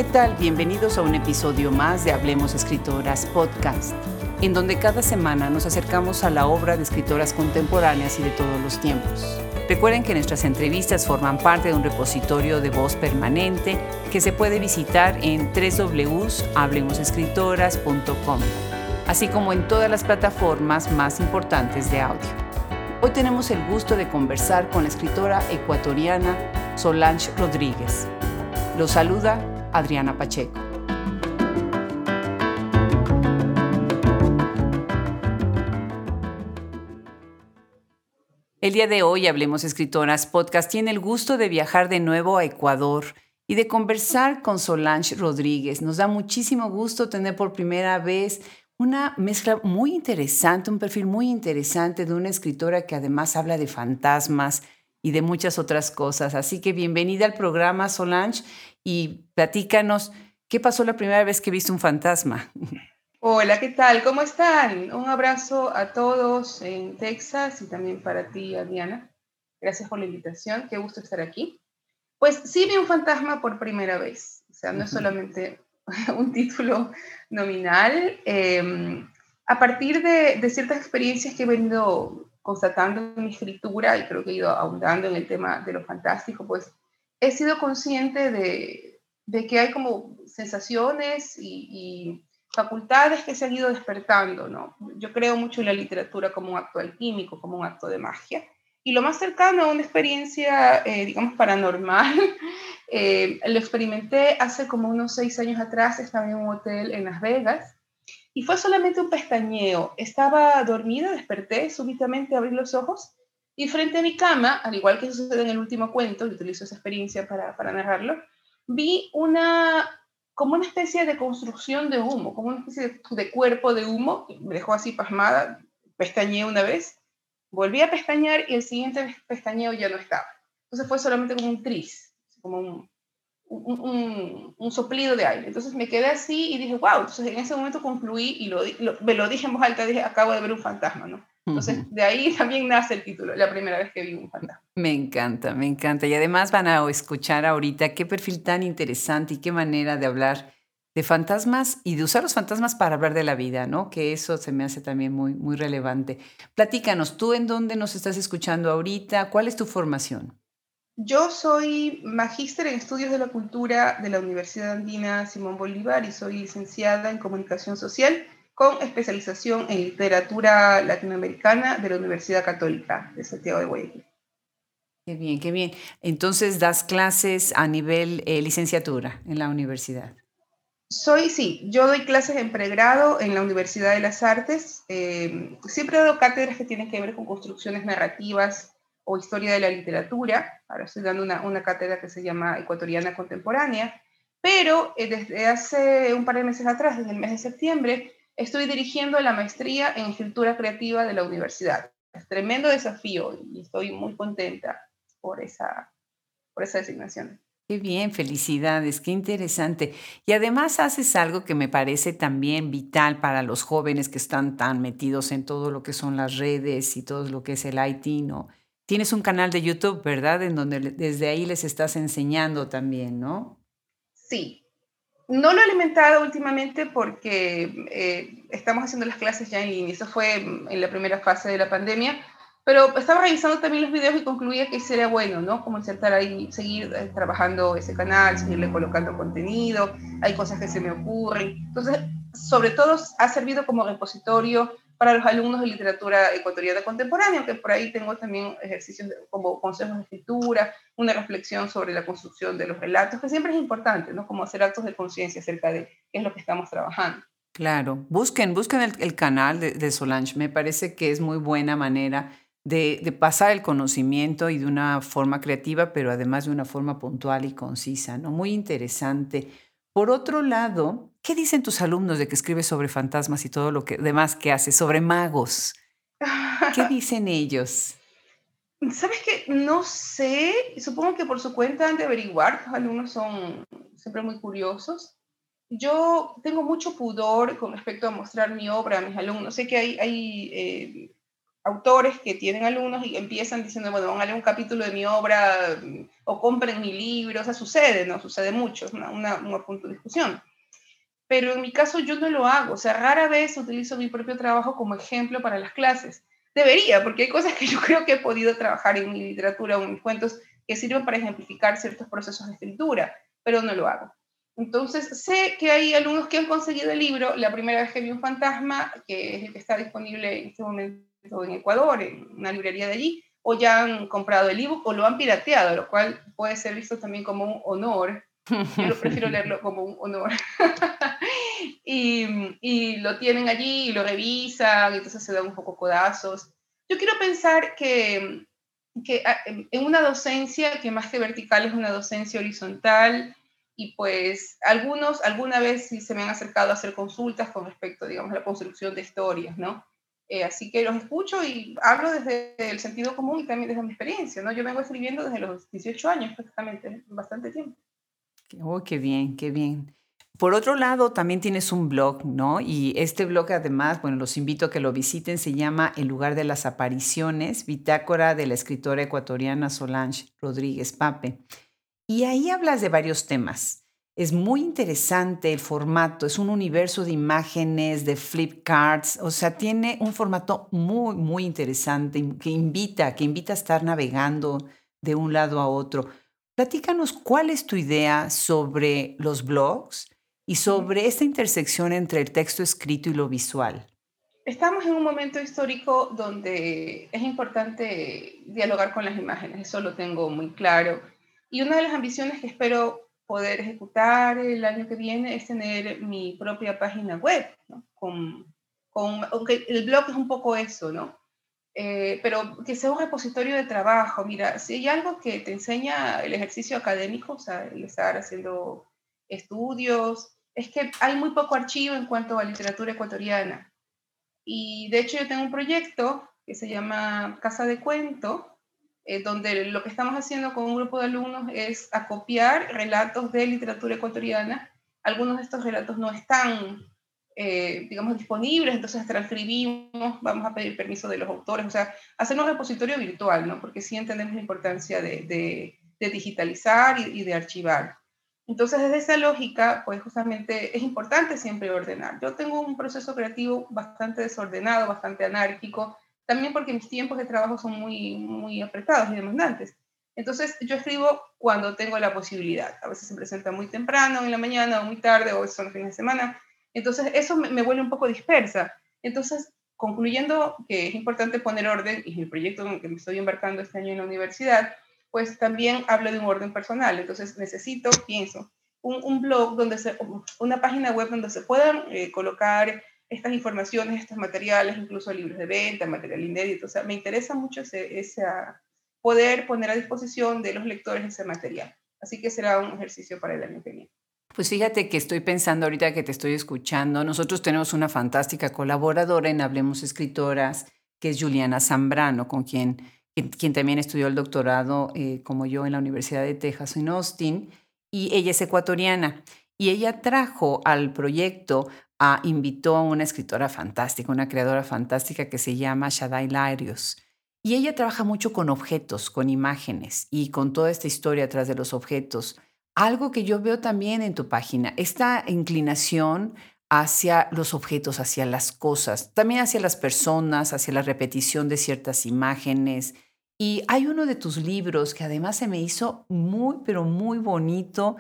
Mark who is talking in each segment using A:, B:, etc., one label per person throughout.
A: tal? Bienvenidos a un episodio más de Hablemos Escritoras Podcast, en donde cada semana nos acercamos a la obra de escritoras contemporáneas y de todos los tiempos. Recuerden que nuestras entrevistas forman parte de un repositorio de voz permanente que se puede visitar en www.hablemosescritoras.com, así como en todas las plataformas más importantes de audio. Hoy tenemos el gusto de conversar con la escritora ecuatoriana Solange Rodríguez. Los saluda Adriana Pacheco. El día de hoy, Hablemos Escritoras Podcast tiene el gusto de viajar de nuevo a Ecuador y de conversar con Solange Rodríguez. Nos da muchísimo gusto tener por primera vez una mezcla muy interesante, un perfil muy interesante de una escritora que además habla de fantasmas y de muchas otras cosas. Así que bienvenida al programa, Solange, y platícanos, ¿qué pasó la primera vez que viste un fantasma?
B: Hola, ¿qué tal? ¿Cómo están? Un abrazo a todos en Texas y también para ti, Adriana. Gracias por la invitación, qué gusto estar aquí. Pues sí vi un fantasma por primera vez, o sea, no es solamente un título nominal. A partir de ciertas experiencias que he venido constatando en mi escritura y creo que he ido ahondando en el tema de lo fantástico, pues he sido consciente de que hay como sensaciones y facultades que se han ido despertando, ¿no? Yo creo mucho en la literatura como un acto alquímico, como un acto de magia. Y lo más cercano a una experiencia, digamos, paranormal, lo experimenté hace como unos 6 años atrás. Estaba en un hotel en Las Vegas y fue solamente un pestañeo. Estaba dormida, desperté, súbitamente abrí los ojos y frente a mi cama, al igual que sucede en el último cuento, y utilizo esa experiencia para narrarlo, vi como una especie de construcción de humo, como una especie de cuerpo de humo. Me dejó así pasmada, pestañeé una vez, volví a pestañear y el siguiente pestañeo ya no estaba. Entonces fue solamente como un tris, como un soplido de aire. Entonces me quedé así y dije, wow. Entonces en ese momento concluí y me lo dije en voz alta, dije, acabo de ver un fantasma, ¿no? Entonces de ahí también nace el título, la primera vez que vi un fantasma.
A: Me encanta, me encanta. Y además van a escuchar ahorita qué perfil tan interesante y qué manera de hablar de fantasmas y de usar los fantasmas para hablar de la vida, ¿no? Que eso se me hace también muy, muy relevante. Platícanos, ¿tú en dónde nos estás escuchando ahorita? ¿Cuál es tu formación?
B: Yo soy magíster en estudios de la cultura de la Universidad Andina Simón Bolívar y soy licenciada en comunicación social con especialización en literatura latinoamericana de la Universidad Católica de Santiago de Guayaquil.
A: Qué bien, qué bien. Entonces das clases a nivel licenciatura en la universidad.
B: Sí, yo doy clases en pregrado en la Universidad de las Artes. Siempre he dado cátedras que tienen que ver con construcciones narrativas o historia de la literatura. Ahora estoy dando una cátedra que se llama Ecuatoriana Contemporánea, pero desde hace un par de meses atrás, desde el mes de septiembre, estoy dirigiendo la maestría en escritura creativa de la universidad. Es tremendo desafío y estoy muy contenta por esa designación.
A: Qué bien, felicidades, qué interesante. Y además haces algo que me parece también vital para los jóvenes que están tan metidos en todo lo que son las redes y todo lo que es el IT, ¿no? Tienes un canal de YouTube, ¿verdad? En donde desde ahí les estás enseñando también, ¿no?
B: Sí, no lo he alimentado últimamente porque estamos haciendo las clases ya en línea. Eso fue en la primera fase de la pandemia, pero estaba revisando también los videos y concluía que sería bueno, ¿no? Como insertar ahí, seguir trabajando ese canal, seguirle colocando contenido. Hay cosas que se me ocurren. Entonces, sobre todo ha servido como repositorio para los alumnos de literatura ecuatoriana contemporánea, que por ahí tengo también ejercicios como consejos de escritura, una reflexión sobre la construcción de los relatos, que siempre es importante, ¿no? Como hacer actos de conciencia acerca de qué es lo que estamos trabajando.
A: Claro, busquen el canal de Solange. Me parece que es muy buena manera de pasar el conocimiento y de una forma creativa, pero además de una forma puntual y concisa, ¿no? Muy interesante. Por otro lado, ¿qué dicen tus alumnos de que escribes sobre fantasmas y todo lo que demás que haces, sobre magos? ¿Qué dicen ellos?
B: ¿Sabes qué? No sé, supongo que por su cuenta han de averiguar. Los alumnos son siempre muy curiosos. Yo tengo mucho pudor con respecto a mostrar mi obra a mis alumnos. Sé que hay autores que tienen alumnos y empiezan diciendo, bueno, van a leer un capítulo de mi obra o compren mi libro, o sea, sucede, ¿no? Sucede mucho, es un punto de discusión. Pero en mi caso yo no lo hago, o sea, rara vez utilizo mi propio trabajo como ejemplo para las clases. Debería, porque hay cosas que yo creo que he podido trabajar en mi literatura o en mis cuentos que sirven para ejemplificar ciertos procesos de escritura, pero no lo hago. Entonces, sé que hay alumnos que han conseguido el libro. La primera vez que vi un fantasma, que es el que está disponible en este momento en Ecuador, en una librería de allí, o ya han comprado el ebook o lo han pirateado, lo cual puede ser visto también como un honor. Yo lo prefiero leerlo como un honor. y lo tienen allí y lo revisan, y entonces se dan un poco codazos. Yo quiero pensar que en una docencia que más que vertical es una docencia horizontal, y pues algunos alguna vez sí se me han acercado a hacer consultas con respecto, digamos, a la construcción de historias, ¿no? Así que los escucho y hablo desde el sentido común y también desde mi experiencia, ¿no? Yo vengo escribiendo desde los 18 años prácticamente, bastante tiempo.
A: Oh, qué bien, qué bien. Por otro lado, también tienes un blog, ¿no? Y este blog, además, bueno, los invito a que lo visiten, se llama El lugar de las apariciones, bitácora de la escritora ecuatoriana Solange Rodríguez Pape. Y ahí hablas de varios temas. Es muy interesante el formato, es un universo de imágenes, de flip cards, o sea, tiene un formato muy, muy interesante que invita a estar navegando de un lado a otro. Platícanos cuál es tu idea sobre los blogs y
B: Ujú.
A: sobre esta intersección entre el texto escrito y lo visual.
B: Estamos en un momento histórico donde es importante dialogar con las imágenes, eso lo tengo muy claro. Y una de las ambiciones que espero poder ejecutar el año que viene es tener mi propia página web, ¿no? Aunque el blog es un poco eso, ¿no? Pero que sea un repositorio de trabajo. Mira, si hay algo que te enseña el ejercicio académico, o sea, el estar haciendo estudios, es que hay muy poco archivo en cuanto a literatura ecuatoriana. Y de hecho yo tengo un proyecto que se llama Casa de Cuento, donde lo que estamos haciendo con un grupo de alumnos es acopiar relatos de literatura ecuatoriana. Algunos de estos relatos no están, digamos, disponibles, entonces transcribimos, vamos a pedir permiso de los autores, o sea, hacer un repositorio virtual, ¿no? Porque sí entendemos la importancia de digitalizar y de archivar. Entonces, desde esa lógica, pues justamente es importante siempre ordenar. Yo tengo un proceso creativo bastante desordenado, bastante anárquico, también porque mis tiempos de trabajo son muy, muy apretados y demandantes. Entonces, yo escribo cuando tengo la posibilidad. A veces se presenta muy temprano, en la mañana, o muy tarde, o son los fines de semana. Entonces, eso me vuelve un poco dispersa. Entonces, concluyendo que es importante poner orden, y el proyecto en el que me estoy embarcando este año en la universidad, pues también hablo de un orden personal. Entonces necesito, pienso, un blog una página web donde se puedan colocar estas informaciones, estos materiales, incluso libros de venta, material inédito. O sea, me interesa mucho poder poner a disposición de los lectores ese material. Así que será un ejercicio para el año que viene.
A: Pues fíjate que estoy pensando ahorita que te estoy escuchando, nosotros tenemos una fantástica colaboradora en Hablemos Escritoras, que es Juliana Zambrano, quien también estudió el doctorado como yo en la Universidad de Texas en Austin, y ella es ecuatoriana. Y ella trajo al proyecto, invitó a una escritora fantástica, una creadora fantástica que se llama Shaddai Larios. Y ella trabaja mucho con objetos, con imágenes y con toda esta historia atrás de los objetos. Algo que yo veo también en tu página, esta inclinación hacia los objetos, hacia las cosas, también hacia las personas, hacia la repetición de ciertas imágenes. Y hay uno de tus libros que además se me hizo muy, pero muy bonito,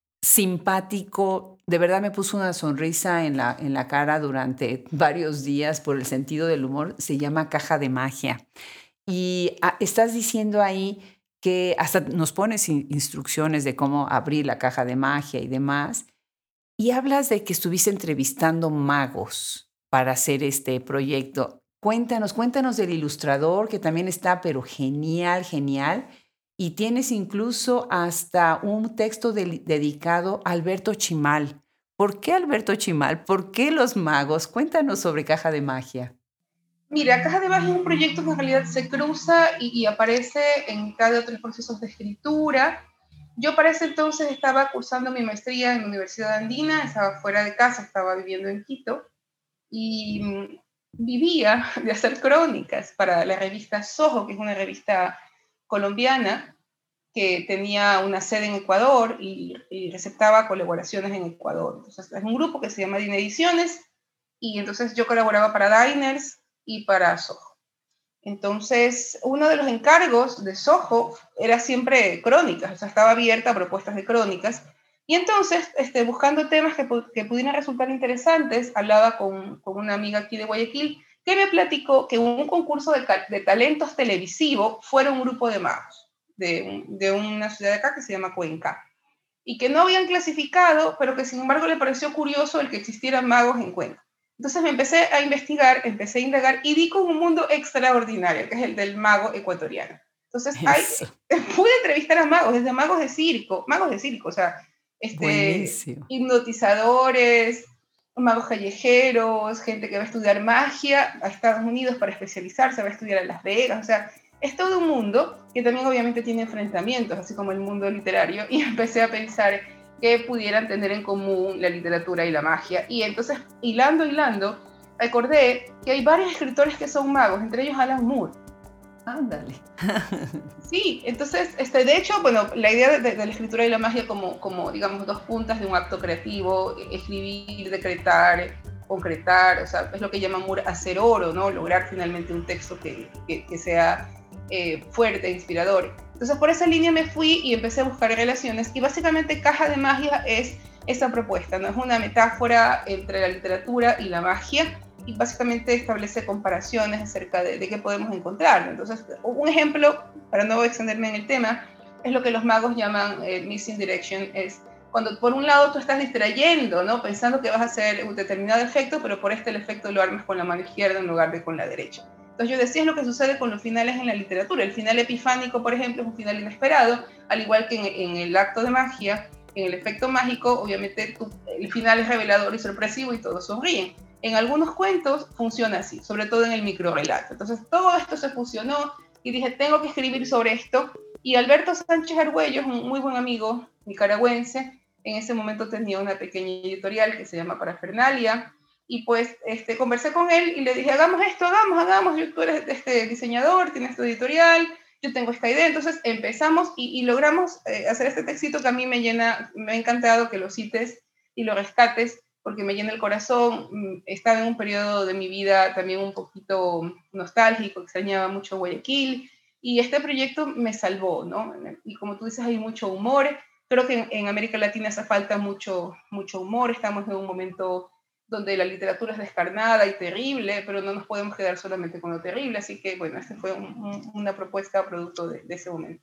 A: simpático. De verdad me puso una sonrisa en la cara durante varios días por el sentido del humor. Se llama Caja de Magia. Y estás diciendo ahí que hasta nos pones instrucciones de cómo abrir la caja de magia y demás. Y hablas de que estuviste entrevistando magos para hacer este proyecto. Cuéntanos del ilustrador que también está, pero genial, genial. Y tienes incluso hasta un texto dedicado a Alberto Chimal. ¿Por qué Alberto Chimal? ¿Por qué los magos? Cuéntanos sobre Caja de Magia.
B: Mira, Caja de Magia es un proyecto que en realidad se cruza y aparece en mitad de otros procesos de escritura. Yo para ese entonces estaba cursando mi maestría en la Universidad Andina, estaba fuera de casa, estaba viviendo en Quito, y vivía de hacer crónicas para la revista Soho, que es una revista colombiana que tenía una sede en Ecuador y receptaba colaboraciones en Ecuador. Entonces, es un grupo que se llama Dine Ediciones, y entonces yo colaboraba para Diners y para Soho. Entonces, uno de los encargos de Soho era siempre crónicas, o sea, estaba abierta a propuestas de crónicas. Y entonces, buscando temas que pudieran resultar interesantes, hablaba con una amiga aquí de Guayaquil que me platicó que un concurso de talentos televisivo fuera un grupo de magos de una ciudad de acá que se llama Cuenca, y que no habían clasificado, pero que sin embargo le pareció curioso el que existieran magos en Cuenca. Entonces me empecé a investigar, empecé a indagar y di con un mundo extraordinario, que es el del mago ecuatoriano. Entonces
A: Eso.
B: pude entrevistar a magos, desde magos de circo, o sea,
A: Buenísimo.
B: hipnotizadores, magos callejeros, gente que va a estudiar magia a Estados Unidos para especializarse, va a estudiar a Las Vegas, o sea, es todo un mundo que también obviamente tiene enfrentamientos, así como el mundo literario, y empecé a pensar que pudieran tener en común la literatura y la magia. Y entonces, hilando, recordé que hay varios escritores que son magos, entre ellos Alan Moore.
A: Ándale.
B: Sí, entonces, de hecho, bueno, la idea de la escritura y la magia como, digamos, dos puntas de un acto creativo, escribir, decretar, concretar, o sea, es lo que llama Moore hacer oro, ¿no? Lograr finalmente un texto que sea fuerte, inspirador. Entonces, por esa línea me fui y empecé a buscar relaciones, y básicamente Caja de Magia es esa propuesta, ¿no? Es una metáfora entre la literatura y la magia, y básicamente establece comparaciones acerca de qué podemos encontrar. Entonces, un ejemplo, para no extenderme en el tema, es lo que los magos llaman missing direction, es cuando por un lado tú estás distrayendo, ¿no? Pensando que vas a hacer un determinado efecto, pero por el efecto lo armas con la mano izquierda en lugar de con la derecha. Entonces yo decía, es lo que sucede con los finales en la literatura. El final epifánico, por ejemplo, es un final inesperado, al igual que en el acto de magia, en el efecto mágico, obviamente el final es revelador y sorpresivo y todos sonríen. En algunos cuentos funciona así, sobre todo en el microrelato. Entonces todo esto se fusionó y dije, tengo que escribir sobre esto. Y Alberto Sánchez Argüello, un muy buen amigo nicaragüense, en ese momento tenía una pequeña editorial que se llama Parafernalia, y pues conversé con él y le dije, hagamos esto, hagamos, tú eres diseñador, tienes tu editorial, yo tengo esta idea. Entonces empezamos y logramos hacer este textito que a mí me ha encantado que lo cites y lo rescates, porque me llena el corazón. Estaba en un periodo de mi vida también un poquito nostálgico, extrañaba mucho Guayaquil, y este proyecto me salvó, ¿no? Y como tú dices, hay mucho humor. Creo que en América Latina hace falta mucho humor. Estamos en un momento donde la literatura es descarnada y terrible, pero no nos podemos quedar solamente con lo terrible. Así que, bueno, fue una propuesta producto de ese momento.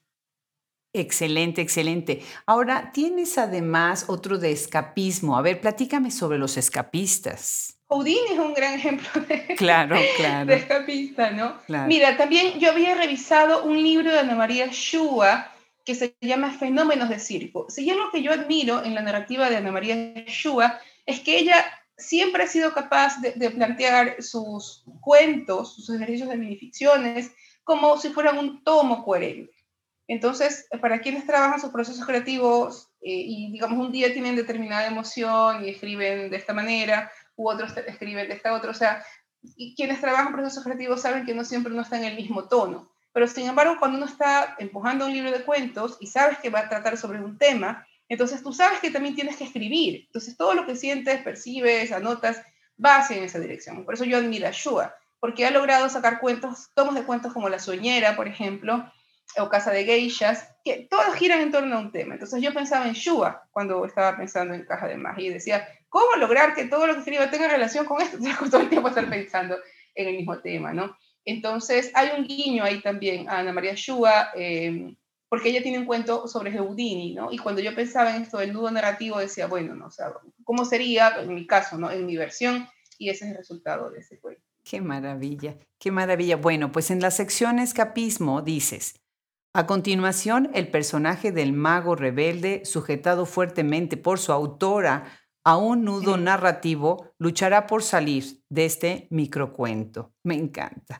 A: Excelente, excelente. Ahora, tienes además otro de escapismo. A ver, platícame sobre los escapistas.
B: Houdini es un gran ejemplo
A: Claro,
B: de
A: claro,
B: escapista, ¿no?
A: claro.
B: Mira, también yo había revisado un libro de Ana María Shua que se llama Fenómenos de Circo. Si algo que yo admiro en la narrativa de Ana María Shua es que ella siempre ha sido capaz de plantear sus cuentos, sus ejercicios de minificciones, como si fueran un tomo coherente. Entonces, para quienes trabajan sus procesos creativos y, digamos, un día tienen determinada emoción y escriben de esta manera, u otros escriben de esta otra, o sea, y quienes trabajan procesos creativos saben que no siempre uno está en el mismo tono. Pero, sin embargo, cuando uno está empujando un libro de cuentos y sabes que va a tratar sobre un tema, entonces tú sabes que también tienes que escribir. Entonces, todo lo que sientes, percibes, anotas, va hacia esa dirección. Por eso yo admiro a Shua, porque ha logrado sacar cuentos, tomos de cuentos como La Soñera, por ejemplo, o Casa de Geishas, que todos giran en torno a un tema. Entonces yo pensaba en Shua cuando estaba pensando en Caja de Magia y decía, ¿cómo lograr que todo lo que escriba tenga relación con esto? Entonces todo el tiempo estar pensando en el mismo tema, ¿no? Entonces hay un guiño ahí también a Ana María Shua, porque ella tiene un cuento sobre Houdini, ¿no? Y cuando yo pensaba en esto del nudo narrativo decía, bueno, ¿no? O sea, ¿cómo sería en mi caso, ¿no? En mi versión, y ese es el resultado de ese cuento.
A: Qué maravilla, qué maravilla. Bueno, pues en la sección escapismo dices, a continuación, el personaje del mago rebelde, sujetado fuertemente por su autora a un nudo narrativo, luchará por salir de este microcuento. Me encanta.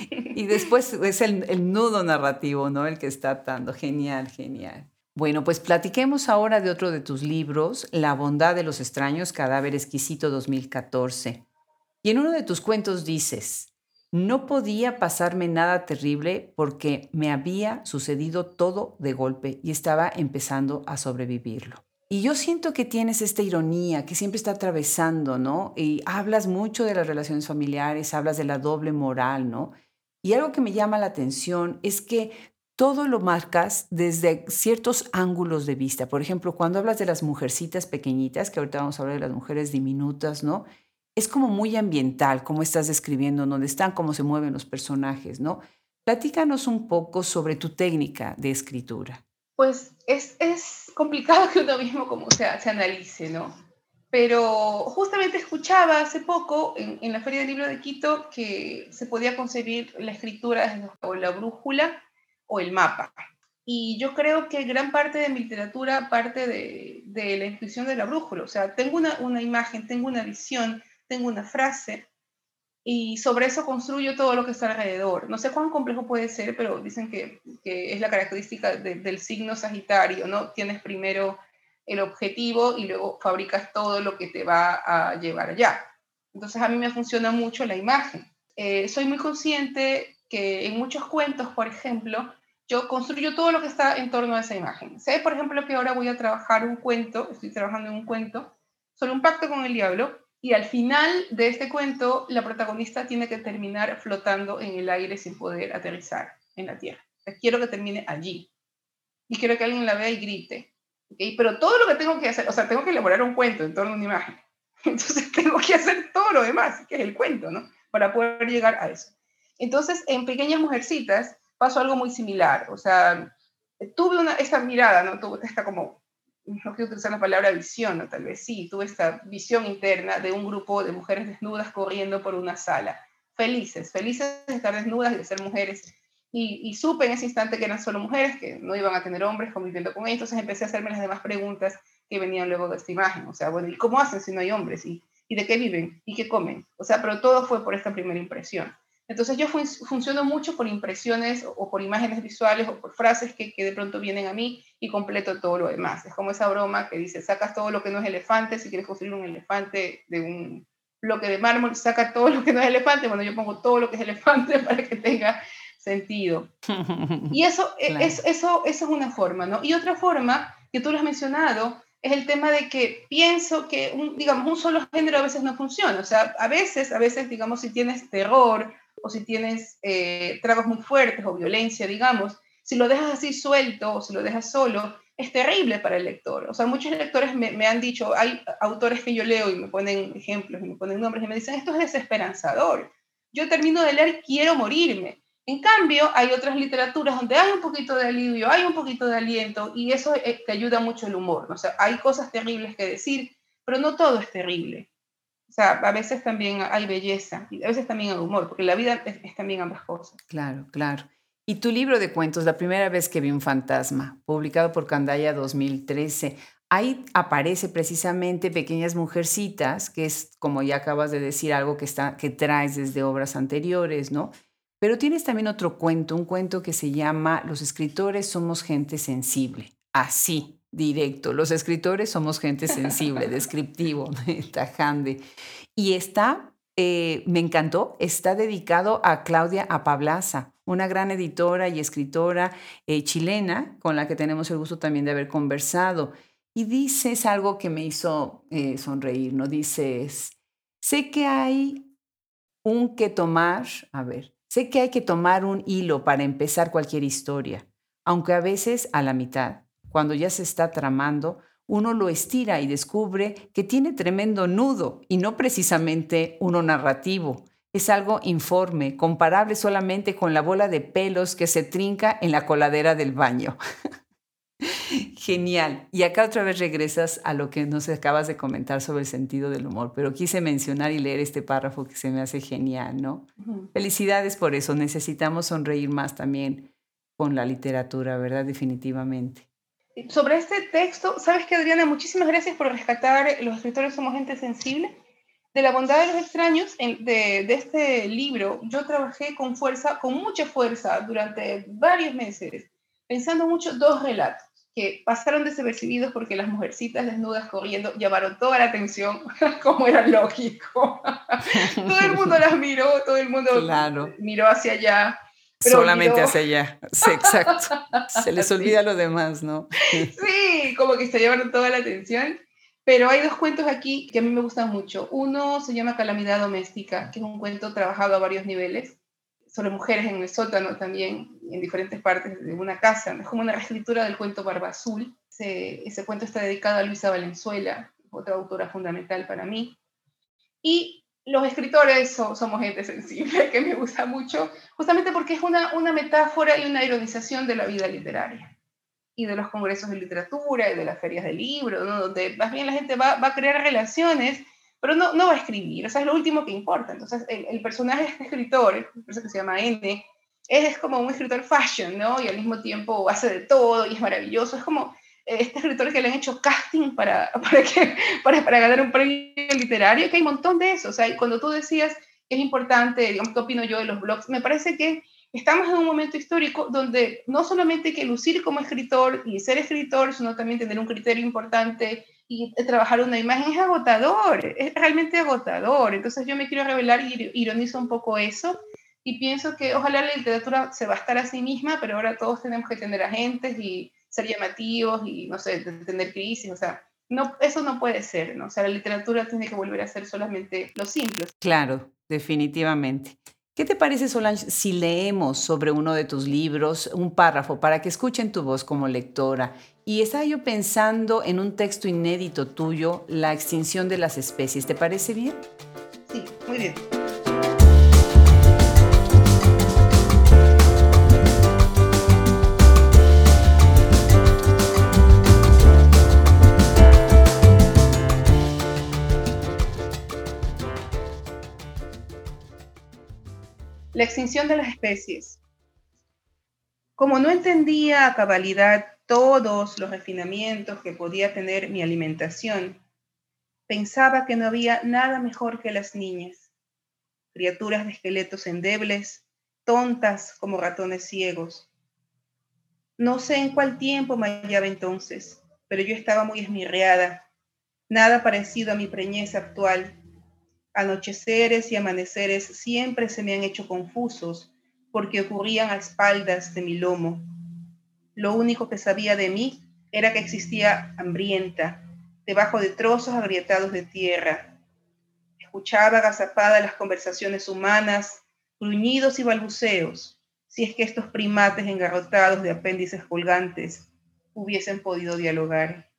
A: Y después es el nudo narrativo, ¿no? El que está atando. Genial, genial. Bueno, pues platiquemos ahora de otro de tus libros, La bondad de los extraños, Cadáver exquisito 2014. Y en uno de tus cuentos dices, no podía pasarme nada terrible porque me había sucedido todo de golpe y estaba empezando a sobrevivirlo. Y yo siento que tienes esta ironía que siempre está atravesando, ¿no? Y hablas mucho de las relaciones familiares, hablas de la doble moral, ¿no? Y algo que me llama la atención es que todo lo marcas desde ciertos ángulos de vista. Por ejemplo, cuando hablas de las mujercitas pequeñitas, que ahorita vamos a hablar de las mujeres diminutas, ¿no? Es como muy ambiental, cómo estás describiendo dónde están, cómo se mueven los personajes, ¿no? Platícanos un poco sobre tu técnica de escritura.
B: Pues es complicado que uno mismo como se analice, ¿no? Pero justamente escuchaba hace poco en la Feria del Libro de Quito que se podía concebir la escritura desde o la brújula o el mapa. Y yo creo que gran parte de mi literatura parte de la intuición de la brújula. O sea, tengo una imagen, tengo una visión, tengo una frase y sobre eso construyo todo lo que está alrededor. No sé cuán complejo puede ser, pero dicen que es la característica del signo Sagitario, ¿no? Tienes primero el objetivo y luego fabricas todo lo que te va a llevar allá. Entonces a mí me funciona mucho la imagen. Soy muy consciente que en muchos cuentos, por ejemplo, yo construyo todo lo que está en torno a esa imagen. Sé, por ejemplo, que ahora voy a trabajar un cuento, estoy trabajando en un cuento sobre un pacto con el diablo, y al final de este cuento, la protagonista tiene que terminar flotando en el aire sin poder aterrizar en la tierra. O sea, quiero que termine allí. Y quiero que alguien la vea y grite. ¿Okay? Pero todo lo que tengo que hacer, o sea, tengo que elaborar un cuento en torno a una imagen. Entonces tengo que hacer todo lo demás, que es el cuento, ¿no? Para poder llegar a eso. Entonces, en Pequeñas Mujercitas pasó algo muy similar. O sea, tuve esta mirada, ¿no? Tuve esta como, no quiero utilizar la palabra visión, ¿no? Tal vez sí, tuve esta visión interna de un grupo de mujeres desnudas corriendo por una sala, felices, felices de estar desnudas y de ser mujeres. Y supe en ese instante que eran solo mujeres, que no iban a tener hombres conviviendo con ellos, entonces empecé a hacerme las demás preguntas que venían luego de esta imagen. O sea, bueno, ¿y cómo hacen si no hay hombres? ¿Y de qué viven? ¿Y qué comen? O sea, pero todo fue por esta primera impresión. Entonces yo funciono mucho por impresiones o por imágenes visuales o por frases que de pronto vienen a mí y completo todo lo demás. Es como esa broma que dice, sacas todo lo que no es elefante, si quieres construir un elefante de un bloque de mármol, saca todo lo que no es elefante. Bueno, yo pongo todo lo que es elefante para que tenga sentido. Y eso, claro. eso es una forma, ¿no? Y otra forma, que tú lo has mencionado, es el tema de que pienso que, digamos, un solo género a veces no funciona. O sea, a veces, digamos, si tienes terror o si tienes tragos muy fuertes o violencia, digamos, si lo dejas así suelto o si lo dejas solo, es terrible para el lector. O sea, muchos lectores me han dicho, hay autores que yo leo y me ponen ejemplos y me ponen nombres y me dicen, esto es desesperanzador. Yo termino de leer, quiero morirme. En cambio, hay otras literaturas donde hay un poquito de alivio, hay un poquito de aliento y eso te ayuda mucho el humor, ¿no? O sea, hay cosas terribles que decir, pero no todo es terrible. O sea, a veces también hay belleza y a veces también hay humor, porque la vida es también ambas cosas.
A: Claro, claro. Y tu libro de cuentos, La primera vez que vi un fantasma, publicado por Candaya 2013, ahí aparece precisamente Pequeñas Mujercitas, que es, como ya acabas de decir, algo que traes desde obras anteriores, ¿no? Pero tienes también otro cuento, un cuento que se llama Los escritores somos gente sensible. Así, directo. Los escritores somos gente sensible, descriptivo, tajante. Y me encantó, está dedicado a Claudia Apablaza, una gran editora y escritora chilena con la que tenemos el gusto también de haber conversado. Y dices algo que me hizo sonreír, ¿no? Dices, sé que hay sé que hay que tomar un hilo para empezar cualquier historia, aunque a veces a la mitad, cuando ya se está tramando, uno lo estira y descubre que tiene tremendo nudo y no precisamente uno narrativo. Es algo informe, comparable solamente con la bola de pelos que se trinca en la coladera del baño. Genial. Y acá otra vez regresas a lo que nos acabas de comentar sobre el sentido del humor, pero quise mencionar y leer este párrafo que se me hace genial, ¿no? Uh-huh. Felicidades por eso. Necesitamos sonreír más también con la literatura, ¿verdad? Definitivamente.
B: Sobre este texto, ¿sabes qué, Adriana? Muchísimas gracias por rescatar Los escritores somos gente sensible. De La bondad de los extraños, de este libro, yo trabajé con mucha fuerza, durante varios meses, pensando mucho dos relatos. que pasaron desapercibidos porque las mujercitas desnudas corriendo llamaron toda la atención, como era lógico. Todo el mundo las miró, todo el mundo
A: Claro,
B: miró hacia allá, pero
A: solamente
B: olvidó.
A: hacia allá. Sí, exacto. Se les olvida
B: Sí,
A: lo demás, ¿no?
B: sí, como que se llevaron toda la atención. Pero hay dos cuentos aquí que a mí me gustan mucho. Uno se llama Calamidad Doméstica, que es un cuento trabajado a varios niveles, sobre mujeres en el sótano también, en diferentes partes de una casa. Es como una reescritura del cuento Barba Azul. Ese cuento está dedicado a Luisa Valenzuela, otra autora fundamental para mí. Y los escritores somos gente sensible, que me gusta mucho, justamente porque es una metáfora y una ironización de la vida literaria y de los congresos de literatura y de las ferias de libros, ¿no? Donde más bien la gente va a crear relaciones, pero no va a escribir, o sea, es lo último que importa. Entonces, el personaje de este escritor, por eso que se llama N, es como un escritor fashion, ¿no? Y al mismo tiempo hace de todo y es maravilloso. Es como este escritor que le han hecho casting para ganar un premio literario, que hay un montón de eso. O sea, y cuando tú decías que es importante, digamos, ¿qué opino yo de los blogs? Me parece que estamos en un momento histórico donde no solamente hay que lucir como escritor y ser escritor, sino también tener un criterio importante y trabajar una imagen. Es agotador, es realmente agotador. Entonces yo me quiero revelar y ironizo un poco eso y pienso que ojalá la literatura se bastara a sí misma, pero ahora todos tenemos que tener agentes y ser llamativos y, no sé, tener crisis, o sea, no, eso no puede ser, ¿no? O sea, la literatura tiene que volver a ser solamente lo simple.
A: Claro, definitivamente. ¿Qué te parece, Solange, si leemos sobre uno de tus libros un párrafo para que escuchen tu voz como lectora? Y estaba yo pensando en un texto inédito tuyo, La extinción de las especies. ¿Te parece bien?
B: Sí, muy bien. La extinción de las especies. Como no entendía a cabalidad todos los refinamientos que podía tener mi alimentación, pensaba que no había nada mejor que las niñas, criaturas de esqueletos endebles, tontas como ratones ciegos. No sé en cuál tiempo me hallaba entonces, pero yo estaba muy esmirreada, nada parecido a mi preñez actual. Anocheceres y amaneceres siempre se me han hecho confusos porque ocurrían a espaldas de mi lomo. Lo único que sabía de mí era que existía hambrienta, debajo de trozos agrietados de tierra. Escuchaba agazapada las conversaciones humanas, gruñidos y balbuceos, si es que estos primates engarrotados de apéndices colgantes hubiesen podido dialogar.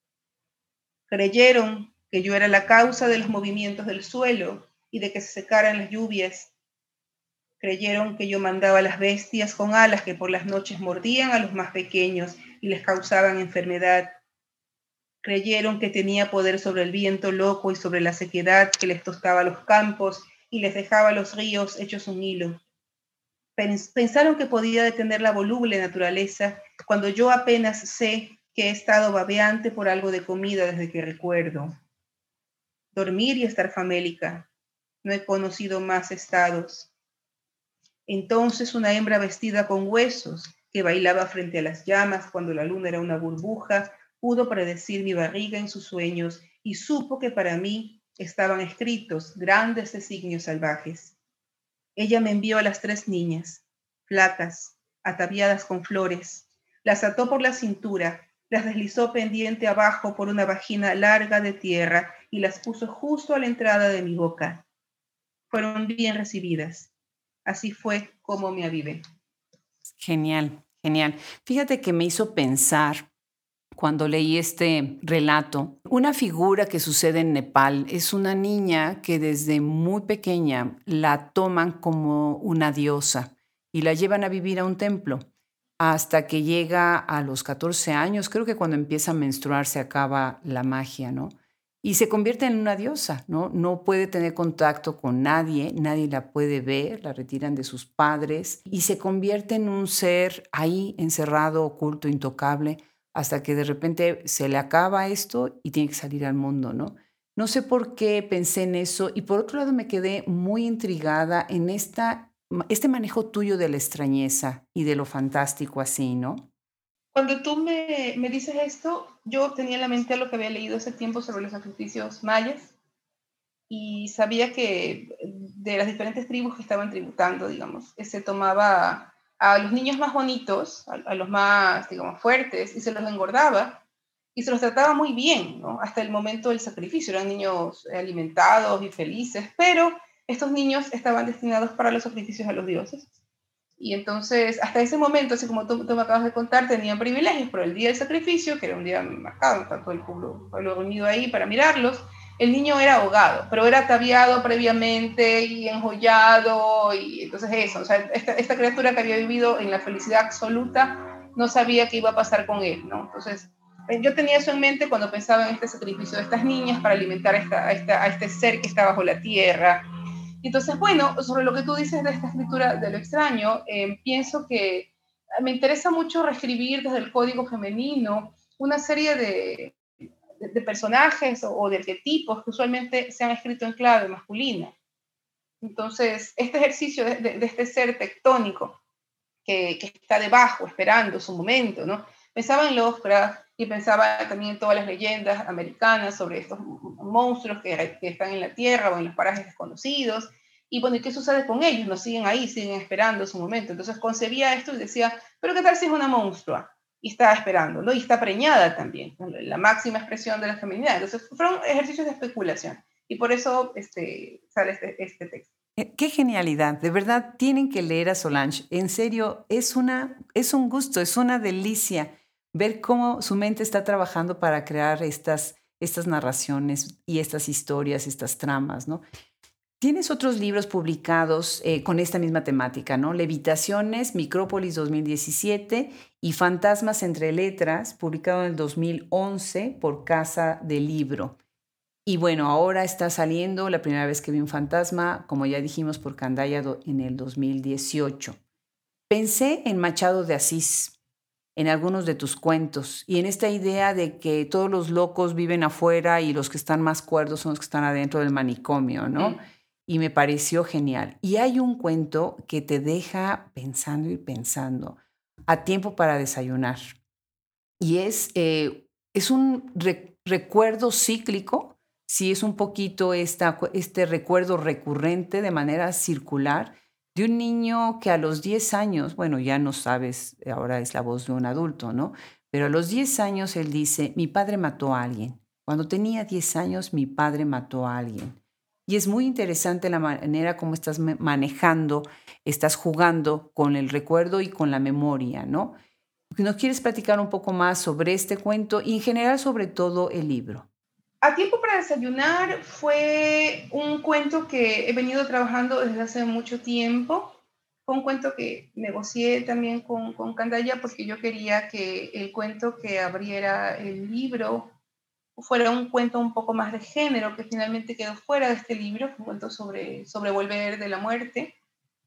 B: Creyeron que yo era la causa de los movimientos del suelo y de que se secaran las lluvias. Creyeron que yo mandaba a las bestias con alas que por las noches mordían a los más pequeños y les causaban enfermedad. Creyeron que tenía poder sobre el viento loco y sobre la sequedad que les tostaba los campos y les dejaba los ríos hechos un hilo. Pensaron que podía detener la voluble naturaleza cuando yo apenas sé que he estado babeante por algo de comida desde que recuerdo. Dormir y estar famélica. No he conocido más estados. Entonces una hembra vestida con huesos, que bailaba frente a las llamas cuando la luna era una burbuja, pudo predecir mi barriga en sus sueños y supo que para mí estaban escritos grandes designios salvajes. Ella me envió a las 3 niñas, flacas, ataviadas con flores, las ató por la cintura, las deslizó pendiente abajo por una vagina larga de tierra y las puso justo a la entrada de mi boca. Fueron bien recibidas. Así fue como me avivé.
A: Genial, genial. Fíjate que me hizo pensar cuando leí este relato, una figura que sucede en Nepal es una niña que desde muy pequeña la toman como una diosa y la llevan a vivir a un templo hasta que llega a los 14 años, creo que cuando empieza a menstruar se acaba la magia, ¿no? Y se convierte en una diosa, ¿no? No puede tener contacto con nadie, nadie la puede ver, la retiran de sus padres y se convierte en un ser ahí encerrado, oculto, intocable, hasta que de repente se le acaba esto y tiene que salir al mundo, ¿no? No sé por qué pensé en eso y por otro lado me quedé muy intrigada en este manejo tuyo de la extrañeza y de lo fantástico así, ¿no?
B: Cuando tú me dices esto, yo tenía en la mente lo que había leído hace tiempo sobre los sacrificios mayas y sabía que de las diferentes tribus que estaban tributando, digamos, se tomaba a los niños más bonitos, a los más, digamos, fuertes, y se los engordaba y se los trataba muy bien, ¿no? Hasta el momento del sacrificio. Eran niños alimentados y felices, pero estos niños estaban destinados para los sacrificios a los dioses. Y entonces, hasta ese momento, así como tú me acabas de contar, tenían privilegios, pero el día del sacrificio, que era un día marcado, está todo el pueblo reunido ahí para mirarlos, el niño era ahogado, pero era ataviado previamente y enjollado, y entonces eso, o sea, esta criatura que había vivido en la felicidad absoluta no sabía qué iba a pasar con él, ¿no? Entonces, yo tenía eso en mente cuando pensaba en este sacrificio de estas niñas para alimentar a este ser que está bajo la tierra. Entonces, bueno, sobre lo que tú dices de esta escritura de lo extraño, pienso que me interesa mucho reescribir desde el código femenino una serie de personajes o de arquetipos que usualmente se han escrito en clave masculina. Entonces, este ejercicio de este ser tectónico que está debajo, esperando su momento, ¿no? Pensaba en Lovecraft y pensaba también en todas las leyendas americanas sobre estos monstruos que están en la tierra o en los parajes desconocidos. Y bueno, ¿y qué sucede con ellos? No siguen ahí, siguen esperando su momento. Entonces concebía esto y decía, pero ¿qué tal si es una monstrua? Y está esperando, ¿no? Y está preñada también, ¿no? La máxima expresión de la feminidad. Entonces fueron ejercicios de especulación. Y por eso sale este texto.
A: Qué genialidad, de verdad tienen que leer a Solange. En serio, es un gusto, es una delicia ver cómo su mente está trabajando para crear estas narraciones y estas historias, estas tramas, ¿no? Tienes otros libros publicados con esta misma temática, ¿no? Levitaciones, Micrópolis 2017 y Fantasmas entre letras, publicado en el 2011 por Casa del Libro. Y bueno, ahora está saliendo La primera vez que vi un fantasma, como ya dijimos, por Candaya en el 2018. Pensé en Machado de Asís, en algunos de tus cuentos, y en esta idea de que todos los locos viven afuera y los que están más cuerdos son los que están adentro del manicomio, ¿no? Y me pareció genial. Y hay un cuento que te deja pensando y pensando, a tiempo para desayunar. Y es un recuerdo cíclico, sí es un poquito este recuerdo recurrente de manera circular de un niño que a los 10 años, bueno, ya no sabes, ahora es la voz de un adulto, ¿no? Pero a los 10 años él dice, mi padre mató a alguien. Cuando tenía 10 años, mi padre mató a alguien. Y es muy interesante la manera como estás manejando, estás jugando con el recuerdo y con la memoria, ¿no? ¿Nos quieres platicar un poco más sobre este cuento y en general sobre todo el libro?
B: A tiempo para desayunar fue un cuento que he venido trabajando desde hace mucho tiempo. Fue un cuento que negocié también con Candaya porque yo quería que el cuento que abriera el libro fuera un cuento un poco más de género, que finalmente quedó fuera de este libro, un cuento sobre volver de la muerte.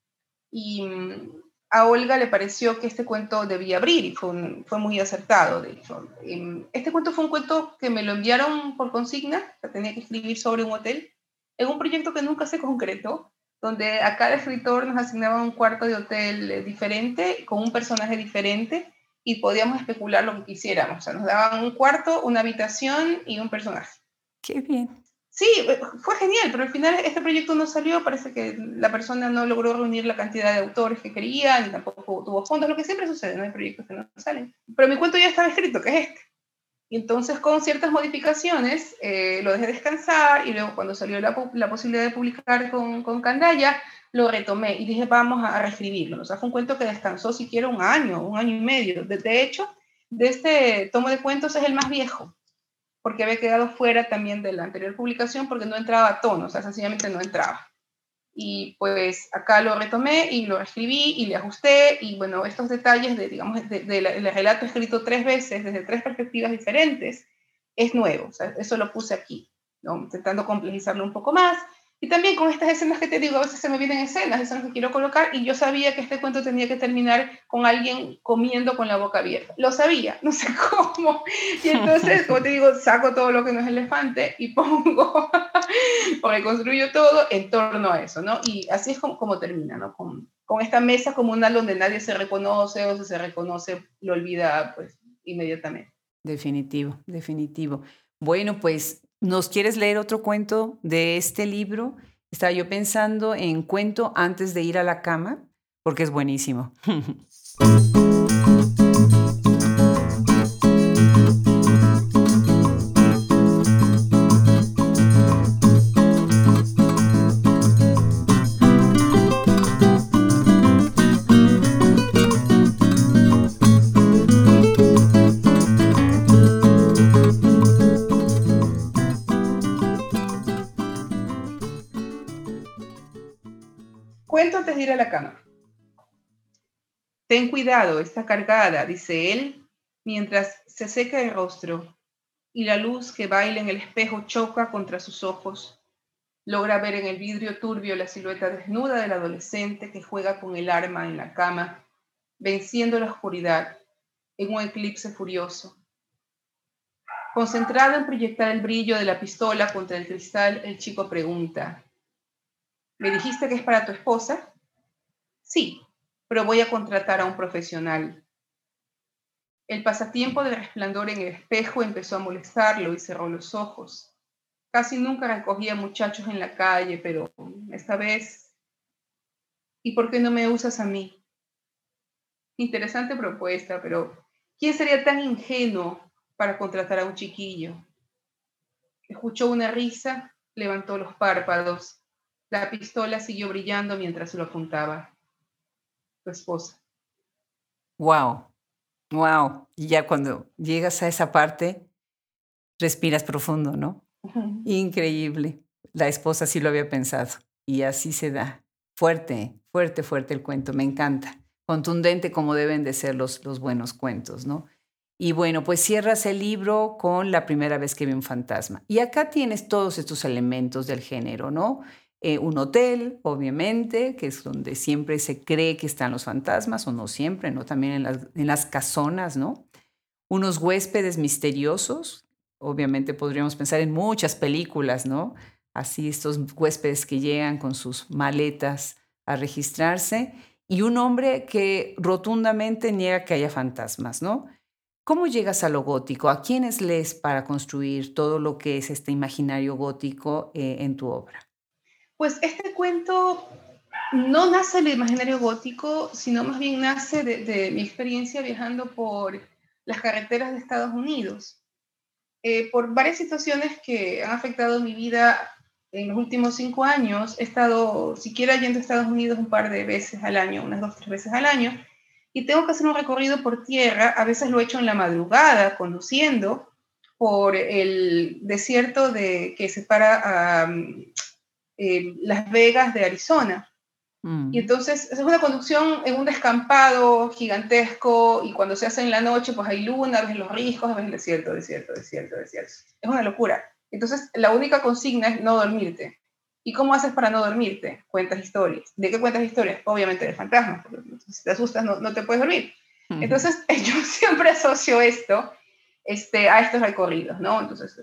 B: Y a Olga le pareció que este cuento debía abrir y fue muy acertado, de hecho. Este cuento fue un cuento que me lo enviaron por consigna, que tenía que escribir sobre un hotel, en un proyecto que nunca se concretó, donde a cada escritor nos asignaban un cuarto de hotel diferente, con un personaje diferente, y podíamos especular lo que quisiéramos. O sea, nos daban un cuarto, una habitación y un personaje.
A: Qué bien.
B: Sí, fue genial, pero al final este proyecto no salió, parece que la persona no logró reunir la cantidad de autores que quería, ni tampoco tuvo fondos, lo que siempre sucede, no hay proyectos que no salen. Pero mi cuento ya estaba escrito, que es este. Y entonces con ciertas modificaciones lo dejé descansar y luego cuando salió la posibilidad de publicar con Candaya, lo retomé y dije, vamos a reescribirlo. O sea, fue un cuento que descansó siquiera un año y medio. De hecho, de este tomo de cuentos es el más viejo, porque había quedado fuera también de la anterior publicación porque no entraba a tono, o sea, sencillamente no entraba. Y pues acá lo retomé y lo escribí y le ajusté y bueno, estos detalles digamos, del relato escrito 3 veces desde 3 perspectivas diferentes es nuevo, o sea, eso lo puse aquí, ¿no? Intentando complejizarlo un poco más. Y también con estas escenas que te digo, a veces se me vienen escenas que quiero colocar y yo sabía que este cuento tenía que terminar con alguien comiendo con la boca abierta. Lo sabía, no sé cómo. Y entonces, como te digo, saco todo lo que no es elefante y o reconstruyo todo en torno a eso, ¿no? Y así es como termina, ¿no? con esta mesa comunal donde nadie se reconoce, o si se reconoce, lo olvida pues inmediatamente.
A: Definitivo, definitivo. Bueno, pues, ¿nos quieres leer otro cuento de este libro? Estaba yo pensando en Cuento antes de ir a la cama, porque es buenísimo.
B: Cuento antes de ir a la cama. Ten cuidado, está cargada, dice él, mientras se seca el rostro y la luz que baila en el espejo choca contra sus ojos. Logra ver en el vidrio turbio la silueta desnuda del adolescente que juega con el arma en la cama, venciendo la oscuridad en un eclipse furioso. Concentrado en proyectar el brillo de la pistola contra el cristal, el chico pregunta: ¿me dijiste que es para tu esposa? Sí, pero voy a contratar a un profesional. El pasatiempo del resplandor en el espejo empezó a molestarlo y cerró los ojos. Casi nunca recogía muchachos en la calle, pero esta vez... ¿Y por qué no me usas a mí? Interesante propuesta, pero ¿quién sería tan ingenuo para contratar a un chiquillo? Escuchó una risa, levantó los párpados. La pistola siguió brillando mientras lo apuntaba. Tu esposa.
A: Wow, wow. Y ya cuando llegas a esa parte, respiras profundo, ¿no? Increíble. La esposa sí lo había pensado y así se da. Fuerte, fuerte, fuerte el cuento. Me encanta. Contundente como deben de ser los buenos cuentos, ¿no? Y bueno, pues cierras el libro con La primera vez que vi un fantasma. Y acá tienes todos estos elementos del género, ¿no? Un hotel, obviamente, que es donde siempre se cree que están los fantasmas, o no siempre, ¿no? También en las casonas, ¿no? Unos huéspedes misteriosos, obviamente podríamos pensar en muchas películas, ¿no? Así estos huéspedes que llegan con sus maletas a registrarse y un hombre que rotundamente niega que haya fantasmas, ¿no? ¿Cómo llegas a lo gótico? ¿A quiénes lees para construir todo lo que es este imaginario gótico en tu obra?
B: Pues este cuento no nace del imaginario gótico, sino más bien nace de mi experiencia viajando por las carreteras de Estados Unidos. Por varias situaciones que han afectado mi vida en los últimos 5 años, he estado siquiera yendo a Estados Unidos un par de veces al año, unas 2, 3 veces al año, y tengo que hacer un recorrido por tierra. A veces lo he hecho en la madrugada, conduciendo por el desierto que separa a Las Vegas de Arizona. Y
A: Mm.
B: entonces es una conducción en un descampado gigantesco, y cuando se hace en la noche, pues hay luna, ves los riscos, ves el desierto, desierto, desierto, desierto. Es una locura. Entonces la única consigna es no dormirte. ¿Y cómo haces para no dormirte? Cuentas historias. ¿De qué cuentas historias? Obviamente de fantasmas, porque si te asustas no te puedes dormir. Entonces yo siempre asocio esto a estos recorridos, ¿no? Entonces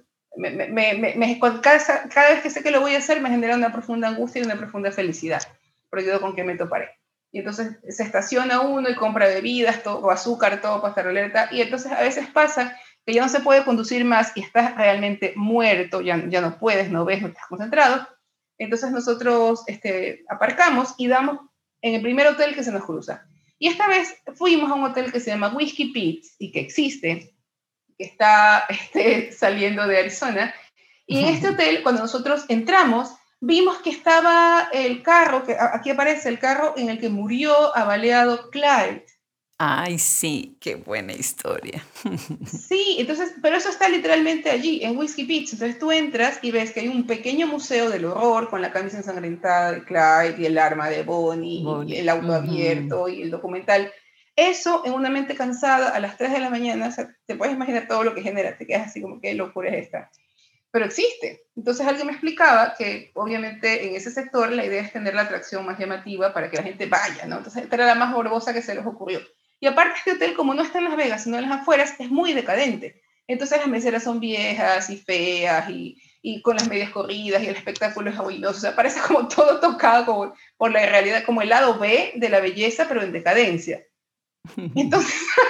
B: cada vez que sé que lo voy a hacer me genera una profunda angustia y una profunda felicidad, porque yo con qué me toparé. Y entonces se estaciona uno y compra bebidas, todo, azúcar, todo, pastaroleta, y entonces a veces pasa que ya no se puede conducir más y estás realmente muerto, ya no puedes, no ves, no estás concentrado. Entonces nosotros aparcamos y damos en el primer hotel que se nos cruza. Y esta vez fuimos a un hotel que se llama Whiskey Pete's y que existe, que está saliendo de Arizona. Y en este hotel, cuando nosotros entramos, vimos que estaba el carro, que aquí aparece el carro en el que murió abaleado Clyde.
A: Ay, sí, qué buena historia.
B: Sí, entonces, pero eso está literalmente allí, en Whiskey Pete's. Entonces tú entras y ves que hay un pequeño museo del horror con la camisa ensangrentada de Clyde y el arma de Bonnie y
A: Bonnie.
B: el auto
A: Ujú.
B: abierto y el documental. Eso en una mente cansada a las 3 de la mañana, o sea, te puedes imaginar todo lo que genera, te quedas así como, qué locura es esta. Pero existe. Entonces alguien me explicaba que obviamente en ese sector la idea es tener la atracción más llamativa para que la gente vaya, ¿no? Entonces esta era la más morbosa que se les ocurrió. Y aparte este hotel, como no está en Las Vegas, sino en las afueras, es muy decadente. Entonces las meseras son viejas y feas, y y con las medias corridas y el espectáculo es ruinoso. O sea, parece como todo tocado por la realidad, como el lado B de la belleza, pero en decadencia. Entonces,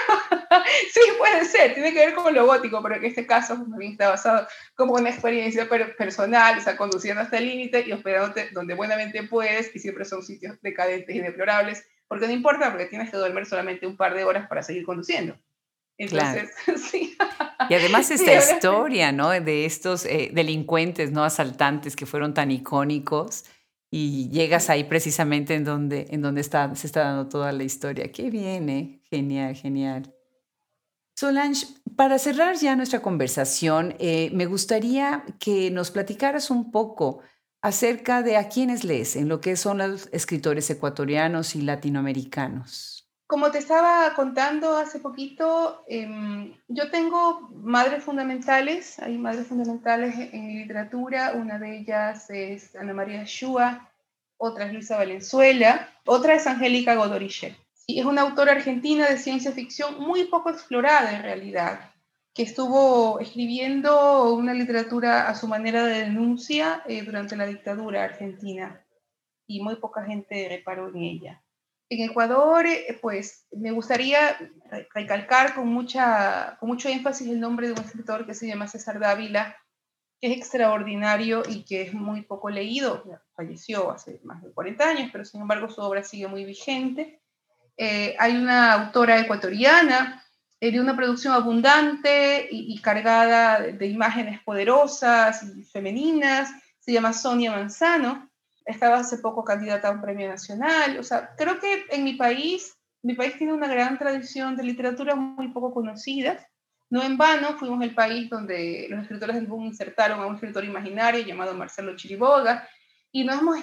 B: sí, puede ser, tiene que ver con lo gótico, pero en este caso también está basado como una experiencia personal, o sea, conduciendo hasta el límite y hospedándote donde buenamente puedes, y siempre son sitios decadentes y deplorables, porque no importa, porque tienes que dormir solamente un par de horas para seguir conduciendo.
A: Claro.
B: Entonces, sí.
A: Y además
B: Sí,
A: esta historia, ¿no? De estos delincuentes, ¿no? Asaltantes que fueron tan icónicos y llegas ahí precisamente en donde se está dando toda la historia. Qué bien, ¿eh? Genial, genial. Solange, para cerrar ya nuestra conversación, me gustaría que nos platicaras un poco acerca de a quiénes lees en lo que son los escritores ecuatorianos y latinoamericanos.
B: como te estaba contando hace poquito, yo tengo madres fundamentales, hay madres fundamentales en mi literatura, una de ellas es Ana María Shua, otra es Luisa Valenzuela, otra es Angélica Godoy. Sí, es una autora argentina de ciencia ficción muy poco explorada en realidad, que estuvo escribiendo una literatura a su manera de denuncia durante la dictadura argentina y muy poca gente reparó en ella. En Ecuador, pues me gustaría recalcar con mucho énfasis el nombre de un escritor que se llama César Dávila, que es extraordinario y que es muy poco leído. Falleció hace más de 40 años, pero sin embargo su obra sigue muy vigente. Hay una autora ecuatoriana de una producción abundante y cargada de imágenes poderosas y femeninas, se llama Sonia Manzano, estaba hace poco candidata a un premio nacional. O sea, creo que en mi país tiene una gran tradición de literatura muy poco conocida. No en vano fuimos el país donde los escritores del boom insertaron a un escritor imaginario llamado Marcelo Chiriboga, y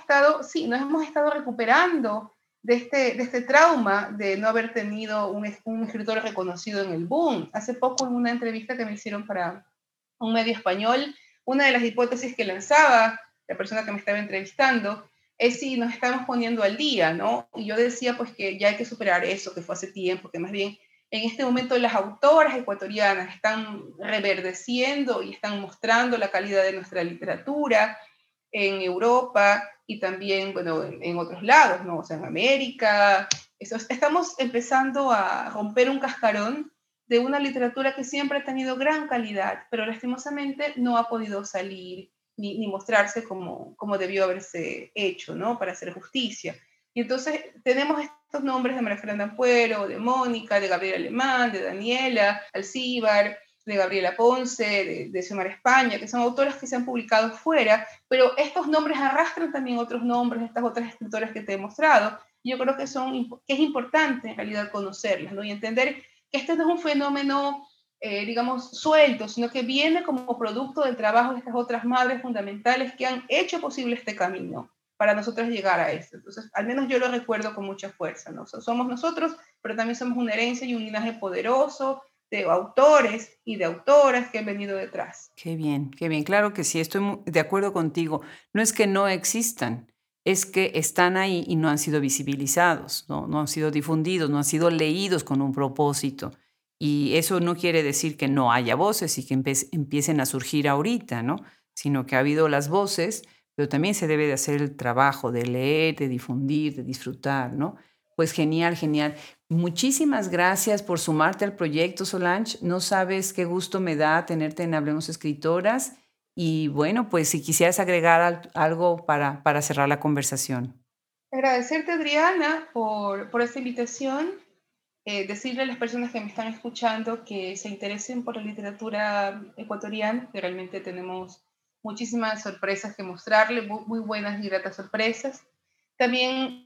B: nos hemos estado recuperando de este trauma de no haber tenido un escritor reconocido en el boom. Hace poco, en una entrevista que me hicieron para un medio español, una de las hipótesis que lanzaba la persona que me estaba entrevistando es si nos estamos poniendo al día, ¿no? Y yo decía pues que ya hay que superar eso, que fue hace tiempo, que más bien en este momento las autoras ecuatorianas están reverdeciendo y están mostrando la calidad de nuestra literatura en Europa y también, bueno, en otros lados, ¿no? O sea, en América. Estamos empezando a romper un cascarón de una literatura que siempre ha tenido gran calidad, pero lastimosamente no ha podido salir ni mostrarse como debió haberse hecho, ¿no? Para hacer justicia. Y entonces tenemos estos nombres de María Fernanda Ampuero, de Mónica, de Gabriela Alemán, de Daniela Alcíbar, de Gabriela Ponce, de Xiomara España, que son autoras que se han publicado fuera, pero estos nombres arrastran también otros nombres, estas otras escritoras que te he mostrado. Yo creo que es importante en realidad conocerlas, ¿no? Y entender que este no es un fenómeno, digamos, suelto, sino que viene como producto del trabajo de estas otras madres fundamentales que han hecho posible este camino para nosotros llegar a esto. Entonces, al menos yo lo recuerdo con mucha fuerza, ¿no? Somos nosotros, pero también somos una herencia y un linaje poderoso de autores y de autoras que han venido detrás.
A: Qué bien, qué bien. Claro que sí, estoy de acuerdo contigo. No es que no existan, es que están ahí y no han sido visibilizados, ¿no? No han sido difundidos, no han sido leídos con un propósito. Y eso no quiere decir que no haya voces y que empiecen a surgir ahorita, ¿no? Sino que ha habido las voces, pero también se debe de hacer el trabajo de leer, de difundir, de disfrutar, ¿no? Pues genial, genial. Muchísimas gracias por sumarte al proyecto, Solange. No sabes qué gusto me da tenerte en Hablemos Escritoras. Y bueno, pues si quisieras agregar algo para cerrar la conversación.
B: Agradecerte, Adriana, por esta invitación. Decirle a las personas que me están escuchando que se interesen por la literatura ecuatoriana, que realmente tenemos muchísimas sorpresas que mostrarle, muy buenas y gratas sorpresas. También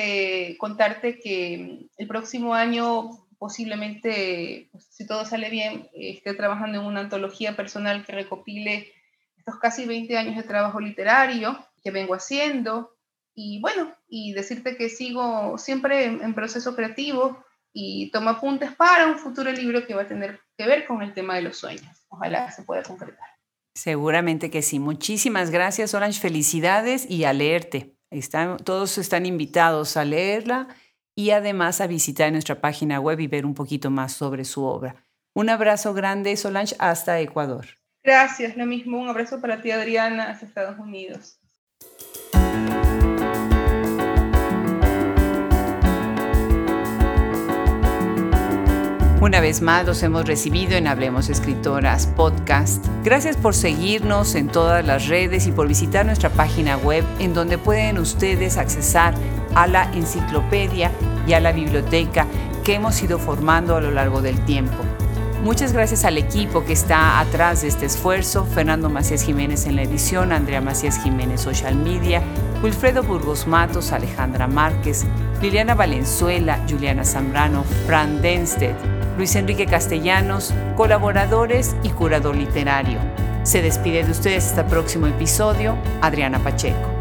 B: contarte que el próximo año posiblemente, pues, si todo sale bien, esté trabajando en una antología personal que recopile estos casi 20 años de trabajo literario que vengo haciendo. Y bueno, y decirte que sigo siempre en proceso creativo y tomo apuntes para un futuro libro que va a tener que ver con el tema de los sueños. Ojalá se pueda concretar.
A: Seguramente que sí. Muchísimas gracias, Solange. Felicidades y a leerte. Todos están invitados a leerla y además a visitar nuestra página web y ver un poquito más sobre su obra. Un abrazo grande, Solange, hasta Ecuador.
B: Gracias, lo mismo. Un abrazo para ti, Adriana, hasta Estados Unidos.
A: Una vez más los hemos recibido en Hablemos Escritoras Podcast. Gracias por seguirnos en todas las redes y por visitar nuestra página web en donde pueden ustedes accesar a la enciclopedia y a la biblioteca que hemos ido formando a lo largo del tiempo. Muchas gracias al equipo que está atrás de este esfuerzo: Fernando Macías Jiménez en la edición, Andrea Macías Jiménez Social Media, Wilfredo Burgos Matos, Alejandra Márquez, Liliana Valenzuela, Juliana Zambrano, Fran Denstedt, Luis Enrique Castellanos, colaboradores y curador literario. Se despide de ustedes hasta el próximo episodio, Adriana Pacheco.